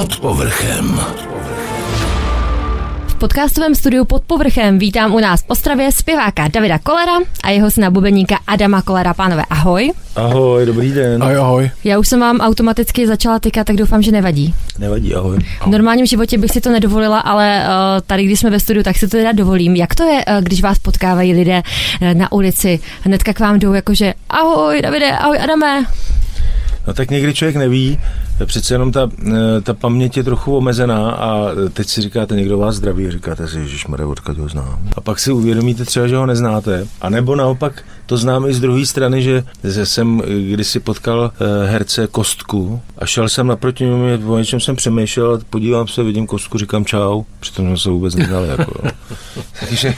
Pod povrchem. V podcastovém studiu Pod povrchem vítám u nás v Ostravě zpěváka Davida Kollera a jeho syna bubeníka Adama Kollera. Pánové, ahoj. Ahoj, dobrý den. Ahoj. Já už jsem vám automaticky začala tykat, tak doufám, že nevadí. Nevadí, ahoj. V normálním životě bych si to nedovolila, ale tady, když jsme ve studiu, tak si to teda dovolím. Jak to je, když vás potkávají lidé na ulici, hnedka k vám jdou jakože ahoj Davide, ahoj Adame. No tak někdy člověk neví, přece jenom ta paměť je trochu omezená a teď si říkáte, někdo vás zdraví, říkáte si, ježišmarja, odkud ho znám. A pak si uvědomíte třeba, že ho neznáte. A nebo naopak to znám i z druhé strany, že jsem kdysi potkal herce Kostku a šel jsem naproti němu, o něčem jsem přemýšlel, podívám se, vidím Kostku, říkám čau, přitom jsme se vůbec neznali. Jako, takže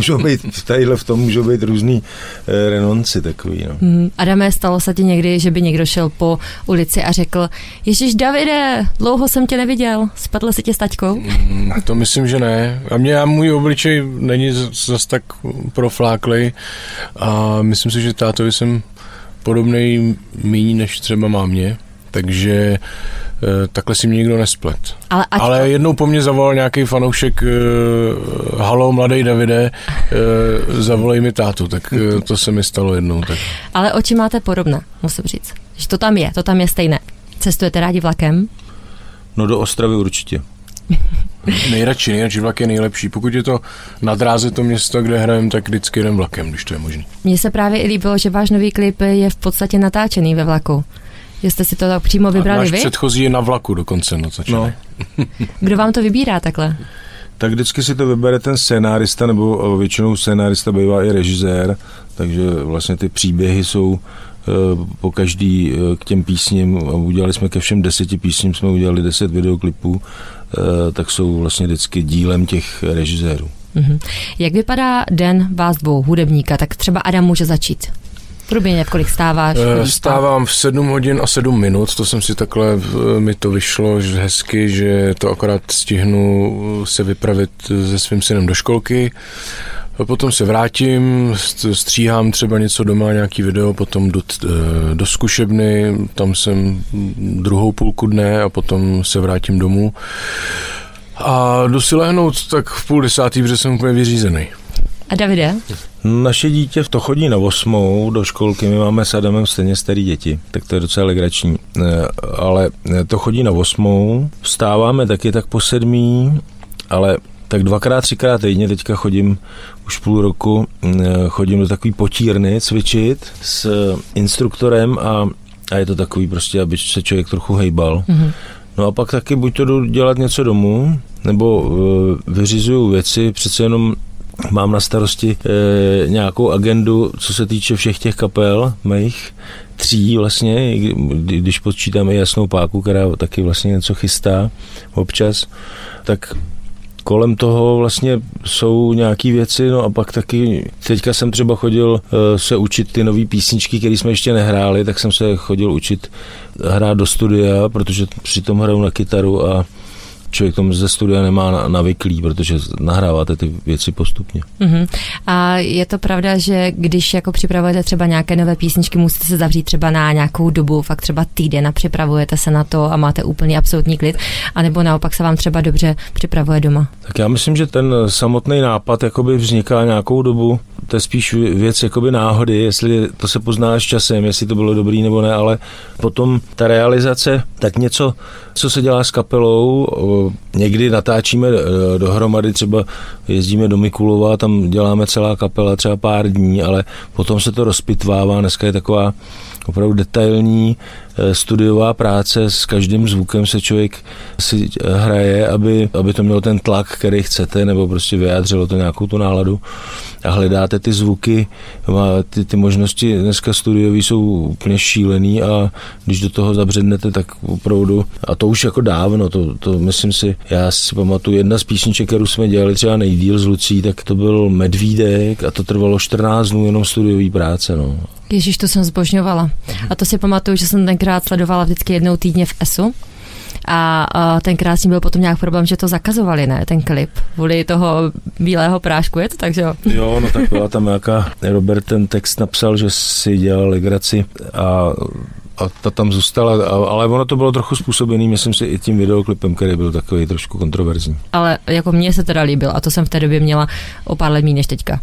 v tom můžou být různý renonci takový. No. Adame, stalo se ti někdy, že by někdo šel po ulici a řekl, Ježíš Davide, dlouho jsem tě neviděl, spadl si tě s taťkou? To myslím, že ne. A můj obličej není zas tak profláklej a myslím si, že tátovi jsem podobnej míň, než třeba mámě, takže takhle si mě nikdo nesplet. Ale jednou po mně zavolal nějaký fanoušek, halo, mladej Davide, zavolej mi tátu, tak to se mi stalo jednou. Tak. Ale oči máte podobné, musím říct. Že to tam je stejné. Cestujete rádi vlakem? No do Ostravy určitě. Nejradši vlak je nejlepší. Pokud je to na dráze to město, kde hrajeme, tak vždycky jdem vlakem, když to je možné. Mně se právě i líbilo, že váš nový klip je v podstatě natáčený ve vlaku. Jste si to tak přímo vybrali vy? Náš předchozí je na vlaku dokonce natočený. No. Kdo vám to vybírá takhle? Tak vždycky si to vybere ten scénárista, nebo většinou scénárista bývá i režisér, takže vlastně ty příběhy jsou po každý k těm písním, udělali jsme ke všem 10 písním, jsme udělali 10 videoklipů, tak jsou vlastně vždycky dílem těch režisérů. Jak vypadá den vás dvou, hudebníka? Tak třeba Adam může začít. Průběrně v kolik stáváš? Stávám v 7 hodin a 7 minut, to jsem si takhle, mi to vyšlo hezky, že to akorát stihnu se vypravit se svým synem do školky. Potom se vrátím, stříhám třeba něco doma, nějaký video, potom jdu do zkušebny, tam jsem druhou půlku dne a potom se vrátím domů. A jdu si lehnout tak v 9:30, protože jsem úplně vyřízený. A Davide? Naše dítě to chodí na 8 do školky, my máme s Adamem stejně starý děti, tak to je docela legrační, ale to chodí na 8, vstáváme taky tak po 7, ale tak 2x, 3x týdně teďka chodím už půl roku, chodím do takový potírny cvičit s instruktorem a je to takový prostě, aby se člověk trochu hejbal. No a pak taky buď to jdu dělat něco domů, nebo vyřizuju věci, přece jenom mám na starosti nějakou agendu, co se týče všech těch kapel mých 3 vlastně, když počítáme Jasnou páku, která taky vlastně něco chystá občas, tak kolem toho vlastně jsou nějaký věci, no a pak taky, teďka jsem třeba chodil se učit ty nový písničky, které jsme ještě nehráli, tak jsem se chodil učit hrát do studia, protože přitom hraju na kytaru a člověk tomu ze studia nemá navyklý, protože nahráváte ty věci postupně. A je to pravda, že když jako připravujete třeba nějaké nové písničky, musíte se zavřít třeba na nějakou dobu, fakt třeba týden a připravujete se na to a máte úplně absolutní klid, anebo naopak se vám třeba dobře připravuje doma? Tak já myslím, že ten samotný nápad jakoby vzniká nějakou dobu, to je spíš věc jakoby náhody, jestli to se pozná s časem, jestli to bylo dobrý nebo ne, ale potom ta realizace, tak něco, co se dělá s kapelou, někdy natáčíme dohromady, třeba jezdíme do Mikulova, tam děláme celá kapela třeba pár dní, ale potom se to rozpitvává, dneska je taková opravdu detailní studiová práce, s každým zvukem se člověk si hraje, aby to mělo ten tlak, který chcete, nebo prostě vyjádřilo to nějakou tu náladu a hledáte ty zvuky, ty možnosti dneska studiový jsou úplně šílený a když do toho zabřednete, tak opravdu, a to už jako dávno, to myslím si, já si pamatuju, jedna z písniček, kterou jsme dělali třeba nejdýl s Lucí, tak to byl Medvídek a to trvalo 14 dnů jenom studiový práce, no. Ježíš, to jsem zbožňovala. A to si pamatuju, že jsem tenkrát sledovala vždycky jednou týdně v ESU. A tenkrát s tím byl potom nějak problém, že to zakazovali, ne, ten klip, kvůli toho bílého prášku, je to tak, že jo? Jo, no tak byla tam nějaká, Robert ten text napsal, že si dělal legraci a a ta tam zůstala, ale ono to bylo trochu způsobený, myslím si, i tím videoklipem, který byl takový trošku kontroverzní. Ale jako mně se teda líbil a to jsem v té době měla o pár let méně než teďka.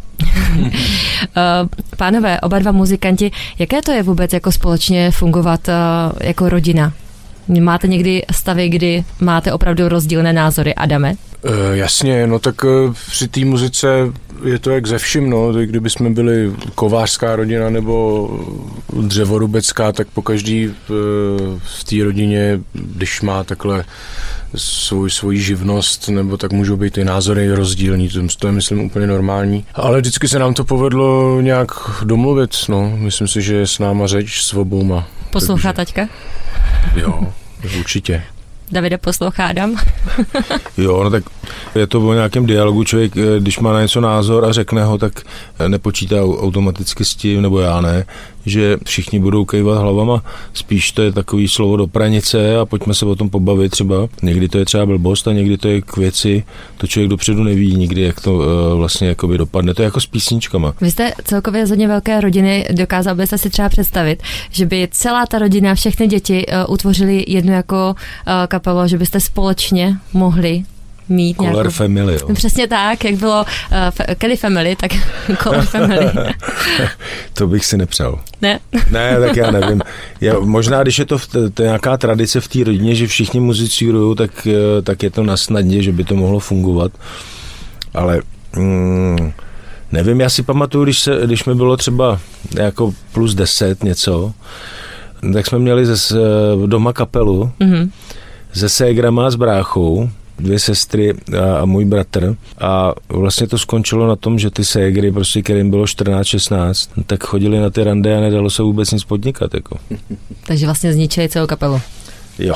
Pánové, oba dva muzikanti, jaké to je vůbec jako společně fungovat jako rodina? Máte někdy stavy, kdy máte opravdu rozdílné názory, Adame? Jasně, no tak při té muzice je to jak ze vším, no, kdyby jsme byli kovářská rodina nebo dřevorubecká, tak pokaždý v té rodině, když má takhle svoji živnost, nebo tak můžou být ty názory rozdílní, to je, myslím, úplně normální. Ale vždycky se nám to povedlo nějak domluvit, no, myslím si, že je s náma řeč s obouma. Poslouchá taťka? Jo, určitě. Davide, poslouchá Adam? Jo, no tak je to o nějakém dialogu, člověk, když má na něco názor a řekne ho, tak nepočítá automaticky s tím, nebo já ne, že všichni budou kejvat hlavama, spíš to je takový slovo do pranice a pojďme se o tom pobavit třeba. Někdy to je třeba blbost a někdy to je k věci, to člověk dopředu neví nikdy, jak to vlastně jakoby dopadne. To je jako s písničkama. Vy jste celkově z hodně velké rodiny, dokázal byste si třeba představit, že by celá ta rodina, všechny děti utvořili jednu jako kapelu, že byste společně mohli mít Color nějakou... Family, jo. Přesně tak, jak bylo Kelly Family, tak Color Family. To bych si nepřál. Ne? Ne, tak já nevím. Možná, když je to nějaká tradice v té rodině, že všichni muzicírujou, tak je to na snadě, že by to mohlo fungovat. Ale nevím, já si pamatuju, když mi bylo třeba jako plus 10 něco, tak jsme měli doma kapelu se ségrama a s bráchou, 2 sestry a můj bratr. A vlastně to skončilo na tom, že ty ségry, prostě kterým bylo 14-16, tak chodili na ty rande a nedalo se vůbec nic podnikat. Jako. Takže vlastně zničili celou kapelu. Jo.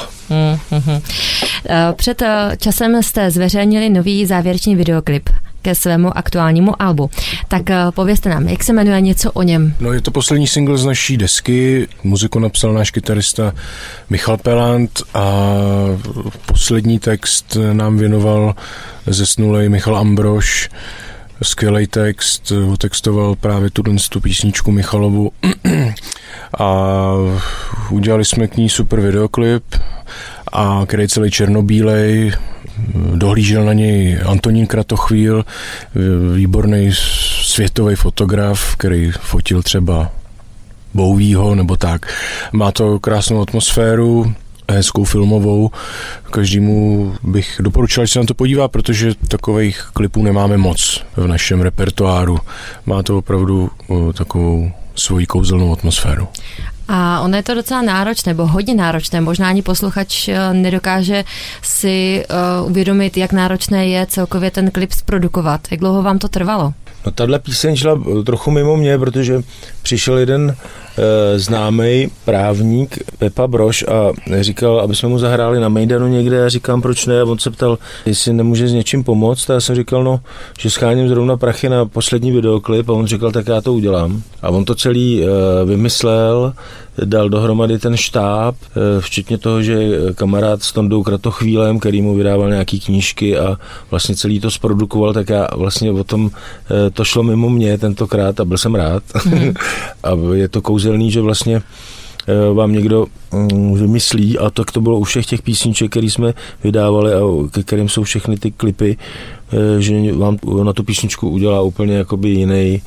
Před časem jste zveřejnili nový závěrečný videoklip ke svému aktuálnímu albu. Tak povězte nám, jak se jmenuje, něco o něm? No, je to poslední single z naší desky. Muziku napsal náš kytarista Michal Pelant a poslední text nám věnoval zesnulej Michal Ambrož. Skvělej text, otextoval právě tu písničku Michalovu a udělali jsme k ní super videoklip, a který je celý černobílej. Dohlížel na něj Antonín Kratochvíl, výborný světový fotograf, který fotil třeba Bouvího nebo tak. Má to krásnou atmosféru, hezkou filmovou. Každému bych doporučil, že se na to podívá, protože takových klipů nemáme moc v našem repertoáru. Má to opravdu takovou svoji kouzelnou atmosféru. A ono je to docela náročné, nebo hodně náročné. Možná ani posluchač nedokáže si uvědomit, jak náročné je celkově ten klip zprodukovat. Jak dlouho vám to trvalo? No, tahle píseň šla trochu mimo mě, protože přišel jeden známý právník Pepa Brož a říkal, aby jsme mu zahráli na Mejdanu někde, a říkám, proč ne, a on se ptal, jestli nemůže s něčím pomoct, a já jsem říkal, no, že scháním zrovna prachy na poslední videoklip, a on říkal, tak já to udělám. A on to celý vymyslel, dal dohromady ten štáb, včetně toho, že kamarád s Tondou Kratochvílem, který mu vydával nějaký knížky a vlastně celý to zprodukoval, tak já vlastně o tom, to šlo mimo mě tentokrát a byl jsem rád. A je to kouzelný, že vlastně vám někdo vymyslí, a tak to bylo u všech těch písniček, které jsme vydávali a ke kterým jsou všechny ty klipy, že vám na tu písničku udělá úplně jakoby jiný,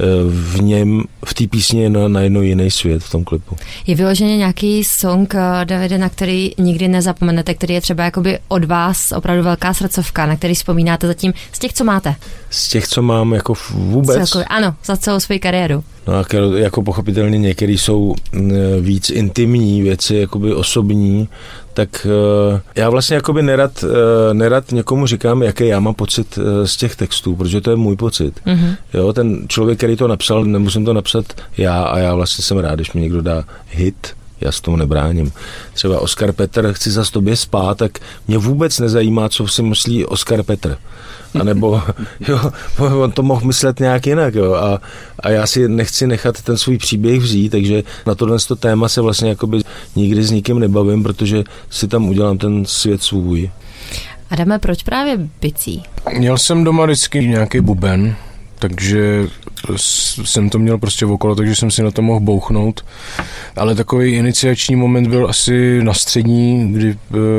v té písni je najednou jiný svět v tom klipu. Je vyloženě nějaký song, Davide, na který nikdy nezapomenete, který je třeba jakoby od vás opravdu velká srdcovka, na který vzpomínáte zatím z těch, co máte? Z těch, co mám jako vůbec? Celkově, ano, za celou svou kariéru. No, jako pochopitelně některý jsou víc intimní věci, jakoby osobní, tak já vlastně jakoby nerad někomu říkám, jaký já mám pocit z těch textů, protože to je můj pocit. Mm-hmm. Jo, ten člověk, který to napsal, nemusím to napsat já, a já vlastně jsem rád, když mi někdo dá hit, já s tomu nebráním. Třeba Oskar Petr, chci zas tobě spát, tak mě vůbec nezajímá, co si myslí Oskar Petr. A nebo jo, on to mohl myslet nějak jinak, jo, a já si nechci nechat ten svůj příběh vzít, takže na tohle téma se vlastně jakoby nikdy s nikým nebavím, protože si tam udělám ten svět svůj. Adame, proč právě bicí? Měl jsem doma vždycky nějaký buben, takže jsem to měl prostě okolo, takže jsem si na to mohl bouchnout. Ale takový iniciační moment byl asi na střední, kdy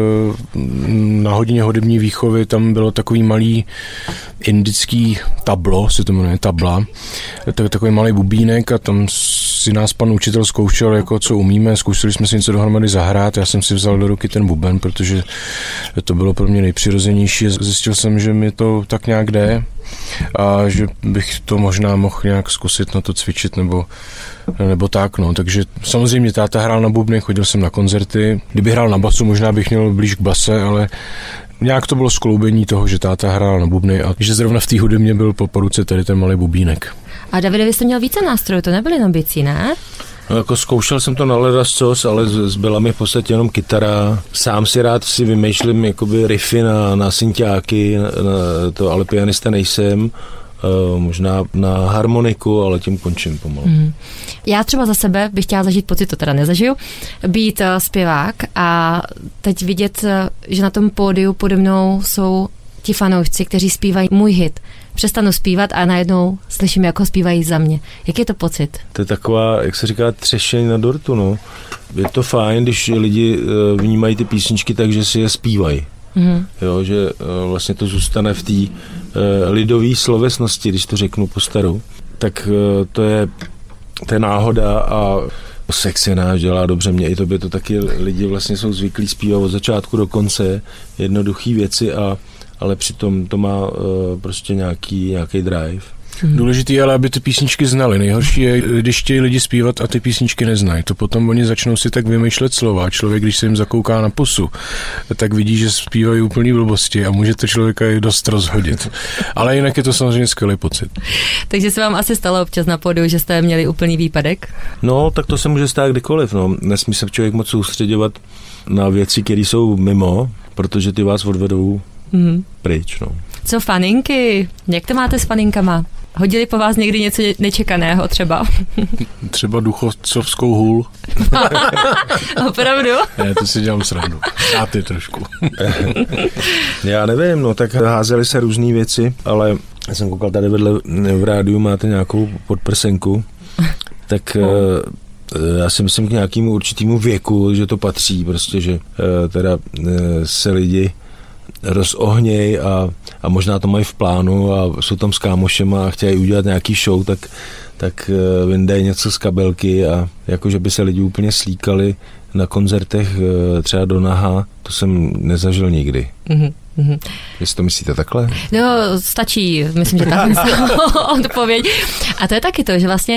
na hodině hudební výchovy tam bylo takový malý indický tablo, se to jmenuje tabla, takový malý bubínek a tam si nás pan učitel zkoušel, jako co umíme, zkoušeli jsme si něco dohromady zahrát, já jsem si vzal do ruky ten buben, protože to bylo pro mě nejpřirozenější. Zjistil jsem, že mi to tak nějak jde a že bych to možná mohl nějak zkusit na to cvičit nebo tak, no. Takže samozřejmě táta hrál na bubny, chodil jsem na koncerty. Kdyby hrál na basu, možná bych měl blíž k base, ale nějak to bylo skloubení toho, že táta hrál na bubny a že zrovna v té hudebně byl po ruce tady ten malý bubínek. A Davide, vy jste měl více nástrojů, to nebyly jenom bicí, ne? No, jako zkoušel jsem to na ledascos, ale zbyla mi v podstatě jenom kytara. Sám si rád vymýšlím jakoby riffy na synťáky, ale pianista nejsem. Možná na harmoniku, ale tím končím pomalu. Já třeba za sebe bych chtěla zažít pocit, to teda nezažiju, být zpěvák a teď vidět, že na tom pódiu pode mnou jsou ti fanoušci, kteří zpívají můj hit. Přestanu zpívat a najednou slyším, jak ho zpívají za mě. Jaký je to pocit? To je taková, jak se říká, třešení na dortu, no. Je to fajn, když lidi vnímají ty písničky tak, že si je zpívají. Jo, že vlastně to zůstane v té lidové slovesnosti, když to řeknu po staru. Tak to je náhoda a sex je náš, dělá dobře mě. I tobě to taky lidi vlastně jsou zvyklí zpívat od začátku do konce jednoduché věci, ale přitom to má prostě nějaký drive. Důležitý je ale, aby ty písničky znali. Nejhorší je, když chtějí lidi zpívat a ty písničky neznají. To potom oni začnou si tak vymýšlet slova. Člověk, když se jim zakouká na pusu, tak vidí, že zpívají úplný blbosti a může to člověka i dost rozhodit. Ale jinak je to samozřejmě skvělý pocit. Takže se vám asi stalo občas na pódiu, že jste měli úplný výpadek? No, tak to se může stát kdykoliv. No. Nesmí se člověk moc soustředovat na věci, které jsou mimo, protože ty vás odvedou pryč. No. Co faninky? Jak to máte s faninkama? Hodili po vás někdy něco nečekaného třeba? Třeba duchovcovskou hůl. Opravdu? Ne, to si dělám srandu. Já ty trošku. Já nevím, no tak házely se různý věci, ale já jsem koukal tady vedle v rádiu, máte nějakou podprsenku, tak já si myslím k nějakému určitému věku, že to patří, prostě, že teda se lidi rozohněj a možná to mají v plánu a jsou tam s kámošema a chtějí udělat nějaký show, tak vyndají něco z kabelky a jakože by se lidi úplně slíkali na koncertech třeba do naha, to jsem nezažil nikdy. Jestli to myslíte takhle? No, stačí, myslím, že tak odpověď. A to je taky to, že vlastně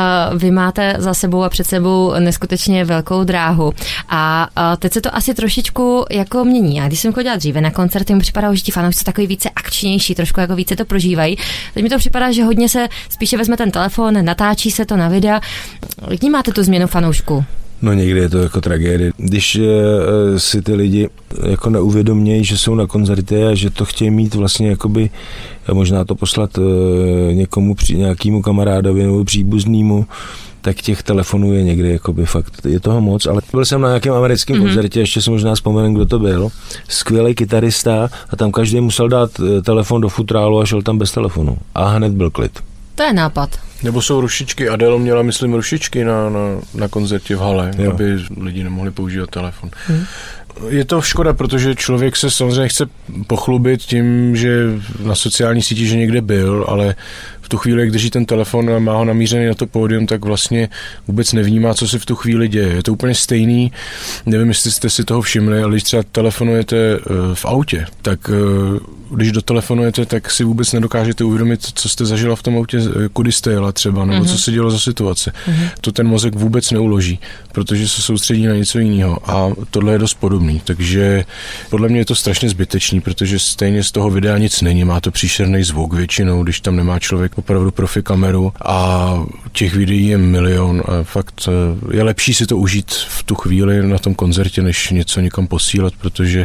vy máte za sebou a před sebou neskutečně velkou dráhu. A teď se to asi trošičku jako mění. A když jsem chodila dříve na koncerty, mi připadalo, že ti fanoušci jsou takový více akčnější, trošku jako více to prožívají. Teď mi to připadá, že hodně se spíše vezme ten telefon, natáčí se to na videa. Jak máte tu změnu fanoušku? No někdy je to jako tragédie. Když si ty lidi jako neuvědomějí, že jsou na koncertě a že to chtějí mít vlastně jakoby možná to poslat někomu, nějakému kamarádovi nebo příbuznému, tak těch telefonů je někdy jakoby fakt, je toho moc, ale byl jsem na nějakém americkém koncertě, ještě si možná vzpomenu, kdo to byl, skvělý kytarista a tam každý musel dát telefon do futrálu a šel tam bez telefonu a hned byl klid. To je nápad. Nebo jsou rušičky. Adele měla, myslím, rušičky na koncertě v hale, jo, aby lidi nemohli používat telefon. Je to škoda, protože člověk se samozřejmě chce pochlubit tím, že na sociální síti, že někde byl, ale v tu chvíli, jak drží ten telefon a má ho namířený na to pódium, tak vlastně vůbec nevnímá, co se v tu chvíli děje. Je to úplně stejný, nevím, jestli jste si toho všimli, ale když třeba telefonujete v autě, tak když dotelefonujete, tak si vůbec nedokážete uvědomit, co jste zažila v tom autě, kudy jste jela třeba, nebo co se dělo za situace. To ten mozek vůbec neuloží, protože se soustředí na něco jiného a tohle je dost podobný. Takže podle mě je to strašně zbytečný, protože stejně z toho videa nic není, má to příšerný zvuk většinou, když tam nemá člověk opravdu profi kameru a těch videí je milion a fakt je lepší si to užít v tu chvíli na tom koncertě, než něco někam posílat, protože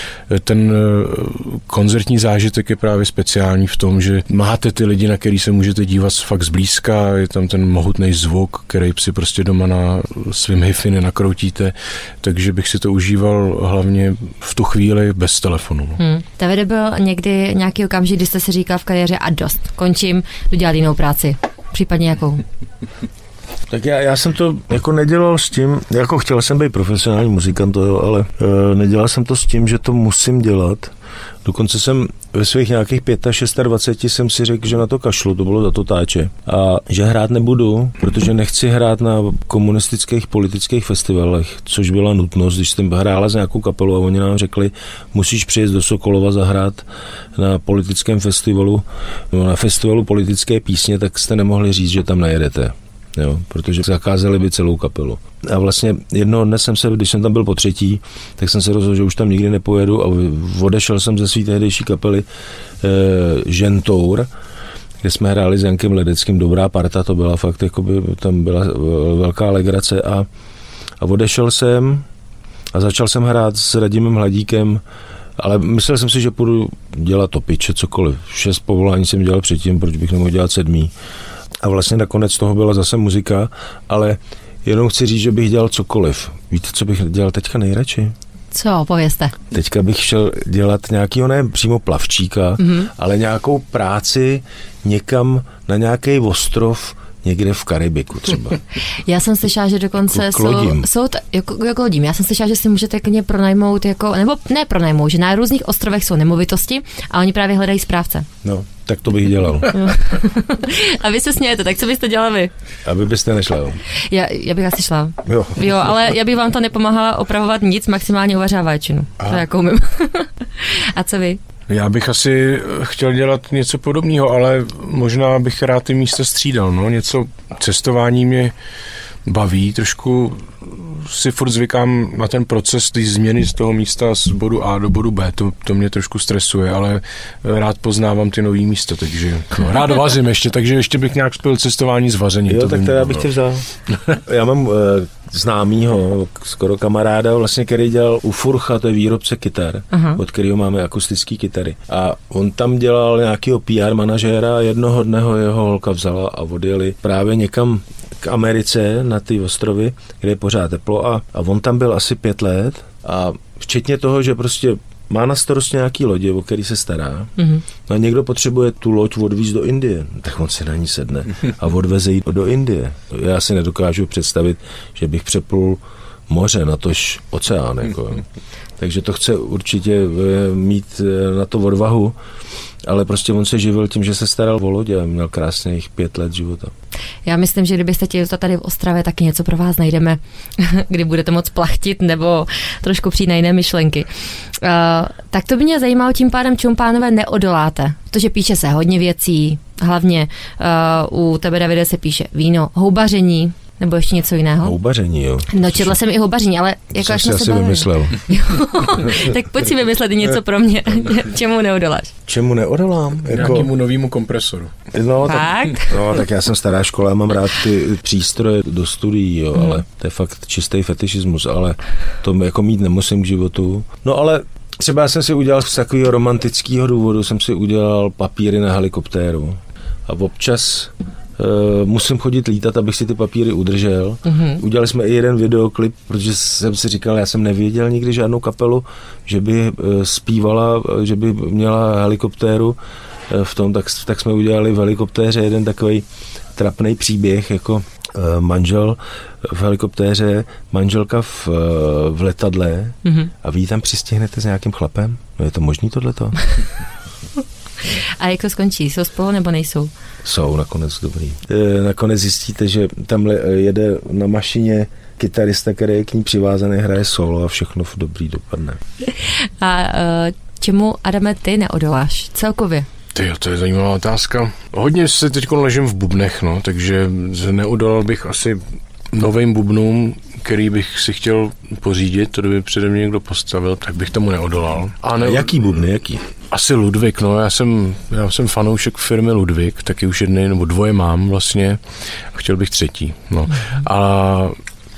ten koncertní zážitek je právě speciální v tom, že máte ty lidi, na který se můžete dívat fakt zblízka, je tam ten mohutný zvuk, který si prostě doma na svým hi-fi nenakroutíte, takže bych si to užíval hlavně v tu chvíli bez telefonu. Davide, byl někdy nějaký okamžik, kdy jste si říkal v kariéře a dost, končím, jdu dělat jinou práci? Případně jakou? Tak já jsem to jako nedělal s tím, jako chtěl jsem být profesionální muzikant, ale nedělal jsem to s tím, že to musím dělat. Dokonce jsem ve svých nějakých 25 jsem si řekl, že na to kašlu, to bylo za to táče. A že hrát nebudu, protože nechci hrát na komunistických politických festivalech, což byla nutnost, když jsem hrála s nějakou kapelu a oni nám řekli, musíš přijet do Sokolova zahrát na politickém festivalu, na festivalu politické písně, tak jste nemohli říct, že tam nejedete. Jo, protože zakázali by celou kapelu. A vlastně jednoho dne když jsem tam byl po třetí, tak jsem se rozhodl, že už tam nikdy nepojedu a odešel jsem ze své tehdejší kapely Žentour, kde jsme hráli s Jankem Ledeckým, dobrá parta, to byla fakt, jakoby, tam byla velká legrace a odešel jsem a začal jsem hrát s Radimem Hladíkem, ale myslel jsem si, že půjdu dělat topiče, cokoliv. 6 povolání jsem dělal předtím, proč bych nemohl dělat 7. A vlastně nakonec toho byla zase muzika, ale jenom chci říct, že bych dělal cokoliv. Víte, co bych dělal teďka nejradši? Co, povězte. Teďka bych šel dělat nějakýho, ne přímo plavčíka, ale nějakou práci někam na nějaký ostrov, někde v Karibiku třeba. Já jsem slyšela, že dokonce jsou jako lodím. Já jsem slyšela, že si můžete klidně pronajmout, nebo ne pronajmout, že na různých ostrovech jsou nemovitosti a oni právě hledají správce. No, tak to bych dělal. A vy se smějete, tak co byste dělali vy? Aby byste nešla, jo. Já bych asi šla. Jo, ale já bych vám to nepomáhala opravovat nic, maximálně uvařila vaječinu. To jako umím. A co vy? Já bych asi chtěl dělat něco podobného, ale možná bych rád ty místa střídal. No. Něco cestování mě baví, trošku si furt zvykám na ten proces, ty změny z toho místa z bodu A do bodu B, to mě trošku stresuje, ale rád poznávám ty nový místa, takže rád vařím ještě, takže ještě bych nějak spěl cestování s vařením. Jo, tak to já bych tě vzal. Já mám známýho, skoro kamaráda, vlastně, který dělal u Furcha, to je výrobce kytar, od kterého máme akustické kytary. A on tam dělal nějakého PR manažéra a jednoho dne ho jeho holka vzala a odjeli právě někam k Americe na ty ostrovy, kde je pořád teplo a on tam byl asi 5 let a včetně toho, že prostě má na starost nějaký lodě, o který se stará. No a někdo potřebuje tu loď odvízt do Indie, tak on si na ní sedne a odveze ji do Indie. Já si nedokážu představit, že bych přeplul moře, natož oceán. Jako. Takže to chce určitě mít na to odvahu, ale prostě on se živil tím, že se staral o lodě a měl krásných 5 let života. Já myslím, že kdybyste chtěli tady v Ostravě, taky něco pro vás najdeme, kdy budete moc plachtit nebo trošku přijít na jiné myšlenky. Tak to by mě zajímalo tím pádem, čemu pánové neodoláte. Protože píše se hodně věcí, hlavně u tebe, Davide, se píše víno, houbaření, nebo ještě něco jiného? Houbaření, jo. No, četla jsem i houbaření, ale jako až jsme se bavili. Vymyslel. Tak pojď si vymyslet něco pro mě. Čemu neodoláš? Čemu neodolám? Nějakému novému kompresoru. Tak já jsem stará škola, mám rád ty přístroje do studií, jo, ale to je fakt čistý fetišismus, ale to jako mít nemusím k životu. No ale třeba jsem si udělal z takového romantického důvodu, jsem si udělal papíry na helikoptéru a občas musím chodit lítat, abych si ty papíry udržel. Udělali jsme i jeden videoklip, protože jsem si říkal, já jsem nevěděl nikdy žádnou kapelu, že by zpívala, že by měla helikoptéru v tom, tak jsme udělali v helikoptéře jeden takový trapný příběh, jako manžel v helikoptéře, manželka v letadle a vy tam přistihnete s nějakým chlapem? No je to možný tohleto? A jak to skončí? Jsou spolu nebo nejsou? Jsou nakonec dobrý. Nakonec zjistíte, že tam jede na mašině kytarista, který je k ní přivázaný, hraje solo a všechno v dobrý dopadne. A čemu, Adame, ty neodoláš celkově? To je zajímavá otázka. Hodně se teď ležím v bubnech, no, takže neodolal bych asi novým bubnům, který bych si chtěl pořídit, to kdyby přede mě někdo postavil, tak bych tomu neodolal. A jaký bubny, jaký? Asi Ludwig, no, já jsem fanoušek firmy Ludwig, taky už jedny nebo 2 mám vlastně a chtěl bych 3. No. A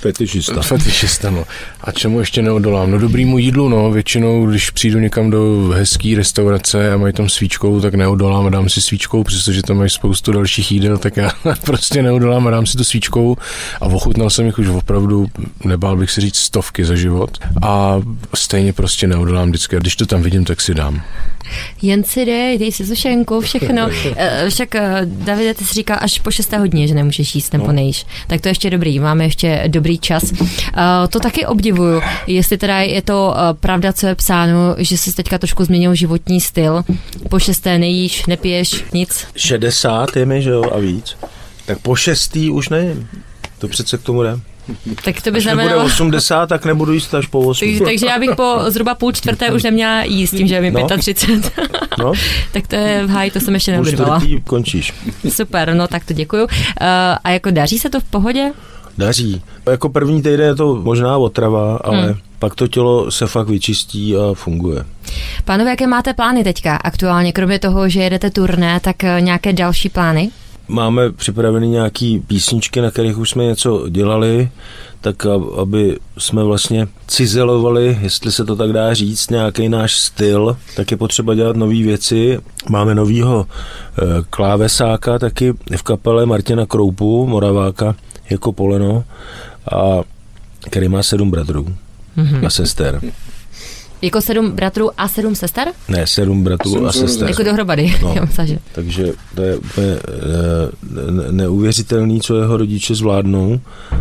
Fetišista, no. A čemu ještě neodolám? No dobrýmu jídlu, no. Většinou, když přijdu někam do hezký restaurace a mají tam svíčkou, tak neodolám a dám si svíčkou, přestože tam mají spoustu dalších jídel, tak já prostě neodolám a dám si tu svíčkou a ochutnal jsem jich už opravdu, nebál bych si říct, stovky za život a stejně prostě neodolám vždycky. A když to tam vidím, tak si dám. Jen si dej si sušenku, všechno. Však, Davide, ty jsi říkal až po 6. hodině, že nemůžeš jíst nebo nejíš. Tak to ještě dobrý, máme ještě dobrý čas. To taky obdivuju, jestli teda je to pravda, co je psáno, že jsi teďka trošku změnil životní styl. Po 6. nejíš, nepiješ, nic. 60 je mi, že jo, a víc. Tak po 6. už nejím. To přece k tomu jde. Tak to by až znamenalo... nebude 80, tak nebudu jíst až po 8. Takže já bych po zhruba 3:30 už neměla jíst tím, že je mi 35. No. Tak to je v háji, to jsem ještě neobjevovala. 4. končíš. Super, no tak to děkuju. A jako daří se to v pohodě? Daří. Jako první týden je to možná otrava, ale pak to tělo se fakt vyčistí a funguje. Pánové, jaké máte plány teďka aktuálně? Kromě toho, že jedete turné, tak nějaké další plány? Máme připravený nějaký písničky, na kterých už jsme něco dělali, tak aby jsme vlastně cizelovali, jestli se to tak dá říct, nějaký náš styl, tak je potřeba dělat nové věci. Máme novýho klávesáka taky v kapele Martina Kroupu, Moraváka, jako poleno, a který má 7 bratrů a sester. Jako 7 bratrů a 7 sester? Ne, 7 bratrů a sester. Jako dohromady. No, takže to je úplně neuvěřitelný, co jeho rodiče zvládnou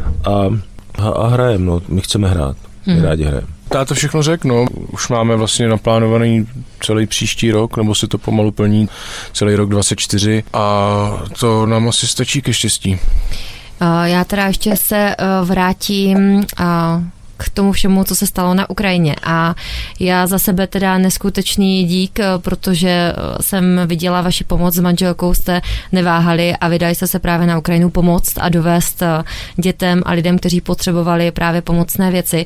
a hrajeme, no, my chceme hrát, my rádi hrajeme. Táta všechno řekl, no, už máme vlastně naplánovaný celý příští rok, nebo se to pomalu plní, celý rok 24 a to nám asi stačí ke štěstí. Já teda ještě se vrátím k tomu všemu, co se stalo na Ukrajině. A já za sebe teda neskutečný dík, protože jsem viděla vaši pomoc s manželkou, jste neváhali a vydali jste se právě na Ukrajinu pomoct a dovést dětem a lidem, kteří potřebovali právě pomocné věci.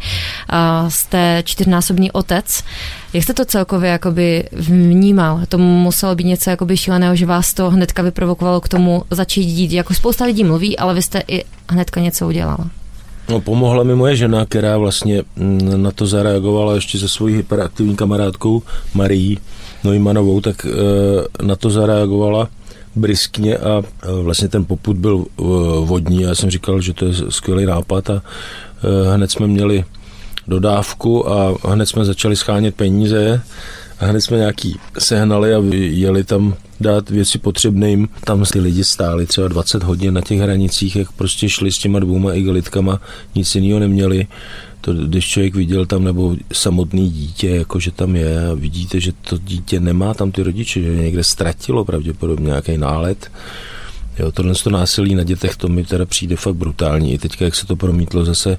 Jste 4násobný otec. Jak jste to celkově jakoby vnímal? To muselo být něco jakoby šíleného, že vás to hnedka vyprovokovalo k tomu začít dít. Jako spousta lidí mluví, ale vy jste i hnedka něco udělala. No, pomohla mi moje žena, která vlastně na to zareagovala ještě se svojí hyperaktivní kamarádkou Marií Neumannovou, tak na to zareagovala bryskně a vlastně ten popud byl vodní. Já jsem říkal, že to je skvělý nápad a hned jsme měli dodávku a hned jsme začali schánět peníze a hned jsme nějaký sehnali a jeli tam dát věci potřebným. Tam ty lidi stáli třeba 20 hodin na těch hranicích, jak prostě šli s těma 2 igelitkama, nic jiného neměli. To, když člověk viděl tam, nebo samotný dítě, jakože tam je a vidíte, že to dítě nemá tam ty rodiče, že někde ztratilo pravděpodobně nějaký nálet. Jo, tohle násilí na dětech, to mi teda přijde fakt brutální. I teďka, jak se to promítlo zase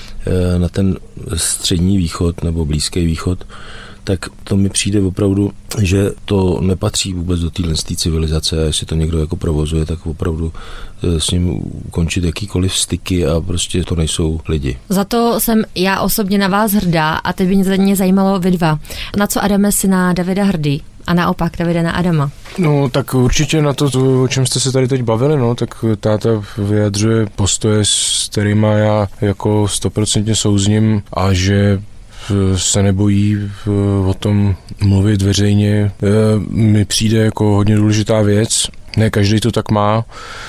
na ten střední východ nebo Blízký východ, tak to mi přijde opravdu, že to nepatří vůbec do téhle civilizace a jestli to někdo jako provozuje, tak opravdu s ním ukončit jakýkoliv styky a prostě to nejsou lidi. Za to jsem já osobně na vás hrdá a teď by mě zajímalo vy dva. Na co Adame si na Davida hrdý? A naopak Davide na Adama? No tak určitě na to, o čem jste se tady teď bavili, no, tak táta vyjadřuje postoje, s kterýma já jako 100% souzním a že se nebojí o tom mluvit veřejně. Mi přijde jako hodně důležitá věc. Ne každý to tak má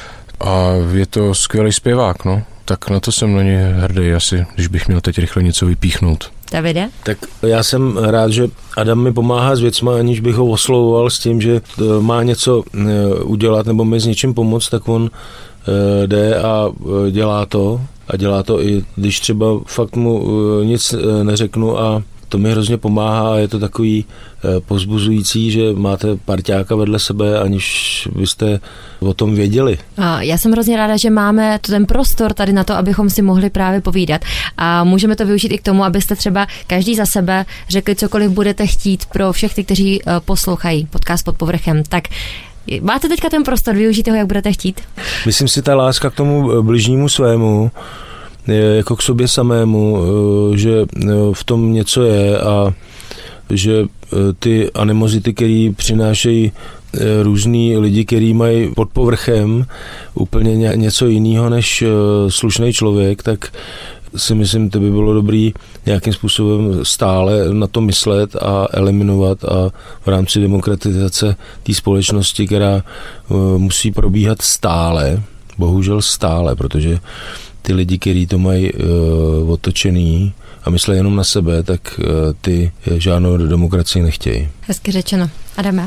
a je to skvělý zpěvák, no. Tak na to jsem na ně hrdý asi, když bych měl teď rychle něco vypíchnout. Davide? Tak já jsem rád, že Adam mi pomáhá s věcma, aniž bych ho oslovoval s tím, že má něco udělat nebo mi s něčím pomoct, tak on jde a dělá to. A dělá to i když třeba fakt mu nic neřeknu a to mi hrozně pomáhá a je to takový povzbuzující, že máte parťáka vedle sebe, aniž byste o tom věděli. Já jsem hrozně ráda, že máme ten prostor tady na to, abychom si mohli právě povídat a můžeme to využít i k tomu, abyste třeba každý za sebe řekli cokoliv budete chtít pro všech ty, kteří poslouchají podcast Pod povrchem. Tak máte teďka ten prostor, využijte ho, jak budete chtít? Myslím si, ta láska k tomu bližnímu svému, jako k sobě samému, že v tom něco je a že ty animozity, které přinášejí různý lidi, kteří mají pod povrchem úplně něco jiného než slušný člověk, tak si myslím, to by bylo dobrý nějakým způsobem stále na to myslet a eliminovat a v rámci demokratizace té společnosti, která musí probíhat stále, bohužel stále, protože ty lidi, kteří to mají otočený a myslí jenom na sebe, tak ty žádnou demokracii nechtějí. Hezky řečeno. Adame?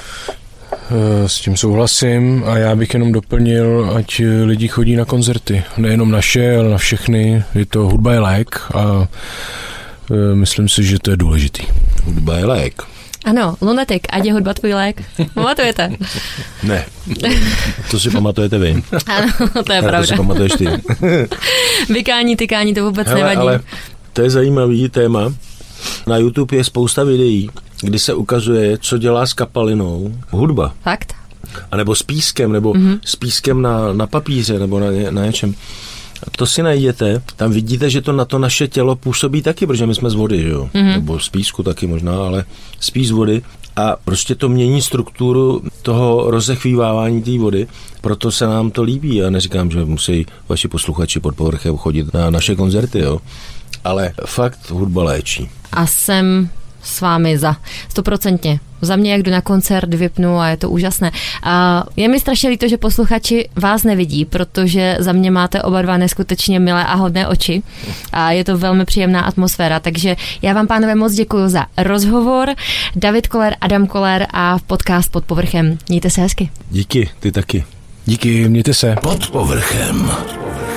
S tím souhlasím a já bych jenom doplnil, ať lidi chodí na koncerty. Nejenom naše, ale na všechny. Hudba je lék a myslím si, že to je důležitý. Hudba je lék. Ano, Lunatic, ať je hudba tvůj lék. Pamatujete? Ne, to si pamatujete vy. Ano, to je pravda. To si pamatuješ ty. Vykání, tykání, to vůbec nevadí. Ale to je zajímavý téma. Na YouTube je spousta videí, kdy se ukazuje, co dělá s kapalinou hudba. Fakt? A nebo s pískem, nebo s pískem na papíře, nebo na něčem. A to si najděte, tam vidíte, že to na to naše tělo působí taky, protože my jsme z vody, že jo? Nebo z písku taky možná, ale spíš z vody. A prostě to mění strukturu toho rozechvívávání té vody, proto se nám to líbí. Já neříkám, že musí vaši posluchači pod povrchem chodit na naše koncerty, jo? Ale fakt hudba léčí. A jsem s vámi za 100%. Za mě, jak jdu na koncert, vypnu a je to úžasné. A je mi strašně líto, že posluchači vás nevidí, protože za mě máte oba dva neskutečně milé a hodné oči a je to velmi příjemná atmosféra, takže já vám, pánové, moc děkuji za rozhovor. David Koller, Adam Koller a podcast Pod povrchem. Mějte se hezky. Díky, ty taky. Díky, mějte se. Pod povrchem.